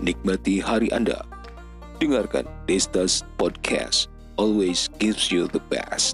nikmati hari Anda. Dengarkan Destas Podcast, always gives you the best.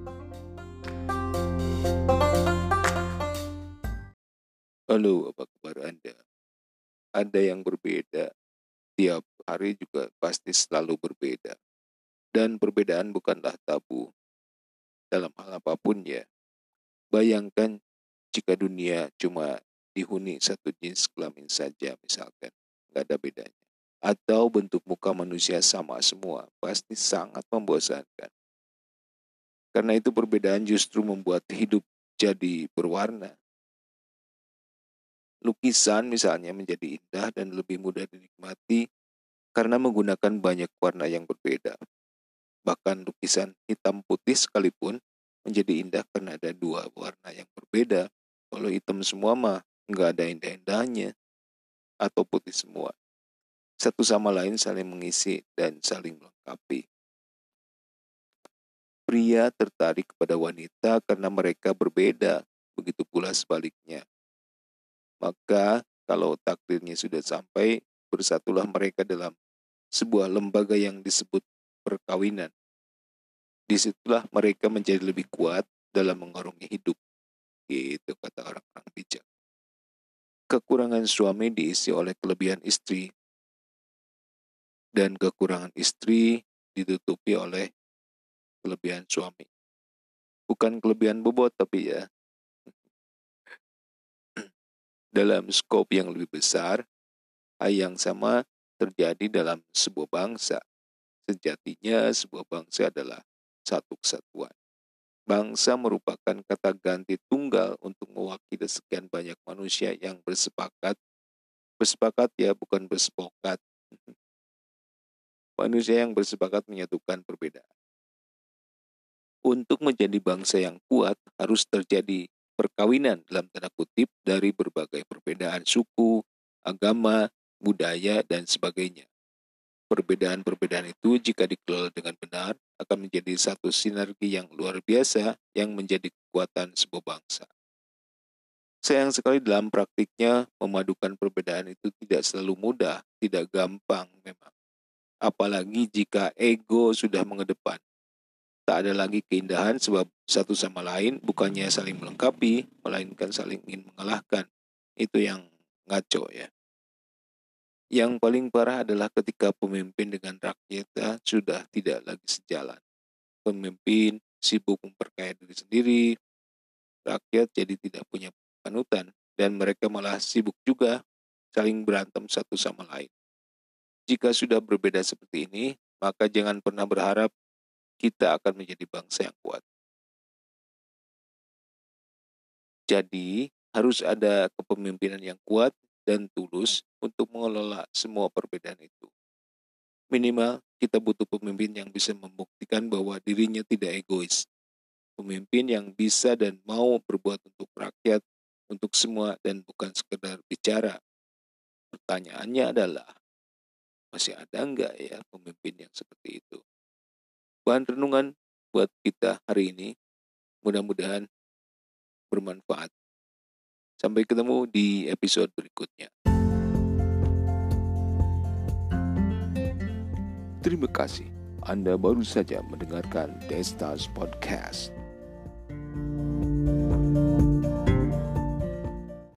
Halo, apa kabar Anda? Ada yang berbeda, tiap hari juga pasti selalu berbeda. Dan perbedaan bukanlah tabu dalam hal apapun ya. Bayangkan jika dunia cuma dihuni satu jenis kelamin saja misalkan, nggak ada bedanya. Atau bentuk muka manusia sama semua, pasti sangat membosankan. Karena itu perbedaan justru membuat hidup jadi berwarna. Lukisan misalnya menjadi indah dan lebih mudah dinikmati karena menggunakan banyak warna yang berbeda. Bahkan lukisan hitam putih sekalipun menjadi indah karena ada dua warna yang berbeda. Kalau hitam semua mah nggak ada indah-indahnya. Atau putih semua. Satu sama lain saling mengisi dan saling melengkapi. Pria tertarik kepada wanita karena mereka berbeda. Begitu pula sebaliknya. Maka kalau takdirnya sudah sampai, bersatulah mereka dalam sebuah lembaga yang disebut perkawinan. Disitulah mereka menjadi lebih kuat dalam mengarungi hidup. Gitu kata orang-orang bijak. Kekurangan suami diisi oleh kelebihan istri. Dan kekurangan istri ditutupi oleh kelebihan suami. Bukan kelebihan bobot tapi ya. Dalam skop yang lebih besar, hal yang sama terjadi dalam sebuah bangsa. Sejatinya sebuah bangsa adalah satu kesatuan. Bangsa merupakan kata ganti tunggal untuk mewakili sekian banyak manusia yang bersepakat. Bersepakat ya, bukan bersepakat. Manusia yang bersepakat menyatukan perbedaan. Untuk menjadi bangsa yang kuat harus terjadi perkawinan dalam tanda kutip dari berbagai perbedaan suku, agama, budaya, dan sebagainya. Perbedaan-perbedaan itu jika dikelola dengan benar akan menjadi satu sinergi yang luar biasa yang menjadi kekuatan sebuah bangsa. Sayang sekali dalam praktiknya memadukan perbedaan itu tidak selalu mudah, tidak gampang memang. Apalagi jika ego sudah mengedepan. Tak ada lagi keindahan sebab satu sama lain bukannya saling melengkapi, melainkan saling ingin mengalahkan. Itu yang ngaco ya. Yang paling parah adalah ketika pemimpin dengan rakyatnya sudah tidak lagi sejalan. Pemimpin sibuk memperkaya diri sendiri, rakyat jadi tidak punya panutan, dan mereka malah sibuk juga saling berantem satu sama lain. Jika sudah berbeda seperti ini, maka jangan pernah berharap kita akan menjadi bangsa yang kuat. Jadi, harus ada kepemimpinan yang kuat dan tulus untuk mengelola semua perbedaan itu. Minimal, kita butuh pemimpin yang bisa membuktikan bahwa dirinya tidak egois. Pemimpin yang bisa dan mau berbuat untuk rakyat, untuk semua, dan bukan sekedar bicara. Pertanyaannya adalah, masih ada enggak ya pemimpin yang seperti itu? Bahan renungan buat kita hari ini, mudah-mudahan bermanfaat. Sampai ketemu di episode berikutnya. Terima kasih. Anda baru saja mendengarkan Destas Podcast.